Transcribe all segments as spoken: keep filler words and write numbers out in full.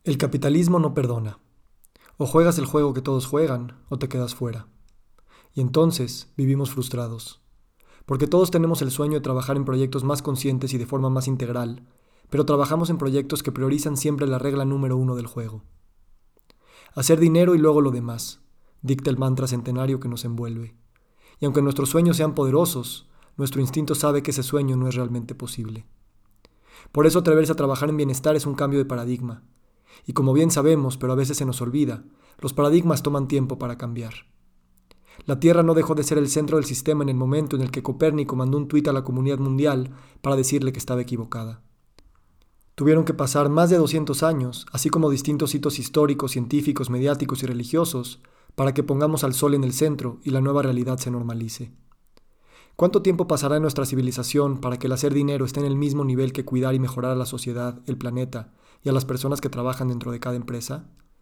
El capitalismo no perdona. O juegas el juego que todos juegan, o te quedas fuera. Y entonces vivimos frustrados. Porque todos tenemos el sueño de trabajar en proyectos más conscientes y de forma más integral, pero trabajamos en proyectos que priorizan siempre la regla número uno del juego. Hacer dinero y luego lo demás, dicta el mantra centenario que nos envuelve. Y aunque nuestros sueños sean poderosos, nuestro instinto sabe que ese sueño no es realmente posible. Por eso atreverse a trabajar en bienestar es un cambio de paradigma. Y como bien sabemos, pero a veces se nos olvida, los paradigmas toman tiempo para cambiar. La Tierra no dejó de ser el centro del sistema en el momento en el que Copérnico mandó un tuit a la comunidad mundial para decirle que estaba equivocada. Tuvieron que pasar más de doscientos años, así como distintos hitos históricos, científicos, mediáticos y religiosos, para que pongamos al Sol en el centro y la nueva realidad se normalice. ¿Cuánto tiempo pasará en nuestra civilización para que el hacer dinero esté en el mismo nivel que cuidar y mejorar a la sociedad, el planeta y a las personas que trabajan dentro de cada empresa?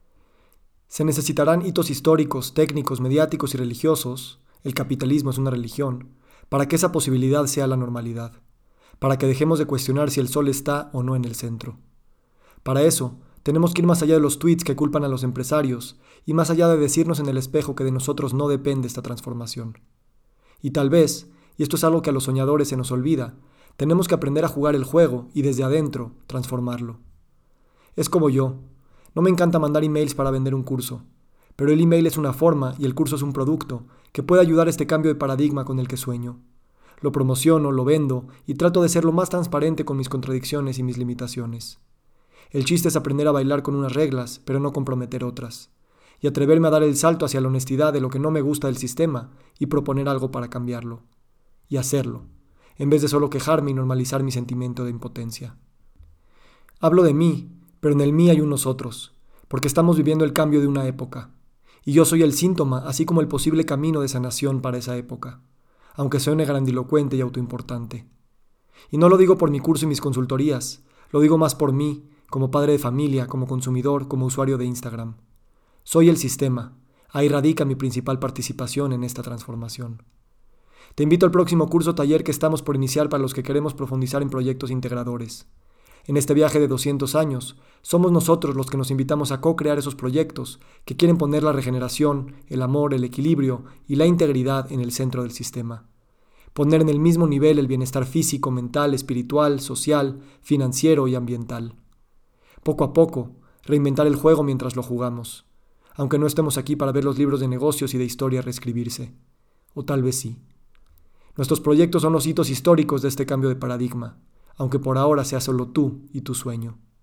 Se necesitarán hitos históricos, técnicos, mediáticos y religiosos, el capitalismo es una religión, para que esa posibilidad sea la normalidad, para que dejemos de cuestionar si el sol está o no en el centro. Para eso, tenemos que ir más allá de los tweets que culpan a los empresarios y más allá de decirnos en el espejo que de nosotros no depende esta transformación. Y tal vez, y esto es algo que a los soñadores se nos olvida, tenemos que aprender a jugar el juego y desde adentro transformarlo. Es como yo. No me encanta mandar emails para vender un curso, pero el email es una forma y el curso es un producto que puede ayudar a este cambio de paradigma con el que sueño. Lo promociono, lo vendo y trato de ser lo más transparente con mis contradicciones y mis limitaciones. El chiste es aprender a bailar con unas reglas, pero no comprometer otras, y atreverme a dar el salto hacia la honestidad de lo que no me gusta del sistema y proponer algo para cambiarlo. Y hacerlo, en vez de solo quejarme y normalizar mi sentimiento de impotencia. Hablo de mí, pero en el mí hay un nosotros, porque estamos viviendo el cambio de una época. Y yo soy el síntoma, así como el posible camino de sanación para esa época, aunque suene grandilocuente y autoimportante. Y no lo digo por mi curso y mis consultorías, lo digo más por mí, como padre de familia, como consumidor, como usuario de Instagram. Soy el sistema, ahí radica mi principal participación en esta transformación. Te invito al próximo curso taller que estamos por iniciar para los que queremos profundizar en proyectos integradores. En este viaje de doscientos años, somos nosotros los que nos invitamos a co-crear esos proyectos que quieren poner la regeneración, el amor, el equilibrio y la integridad en el centro del sistema. Poner en el mismo nivel el bienestar físico, mental, espiritual, social, financiero y ambiental. Poco a poco, reinventar el juego mientras lo jugamos, aunque no estemos aquí para ver los libros de negocios y de historia reescribirse. O tal vez sí. Nuestros proyectos son los hitos históricos de este cambio de paradigma, aunque por ahora sea solo tú y tu sueño.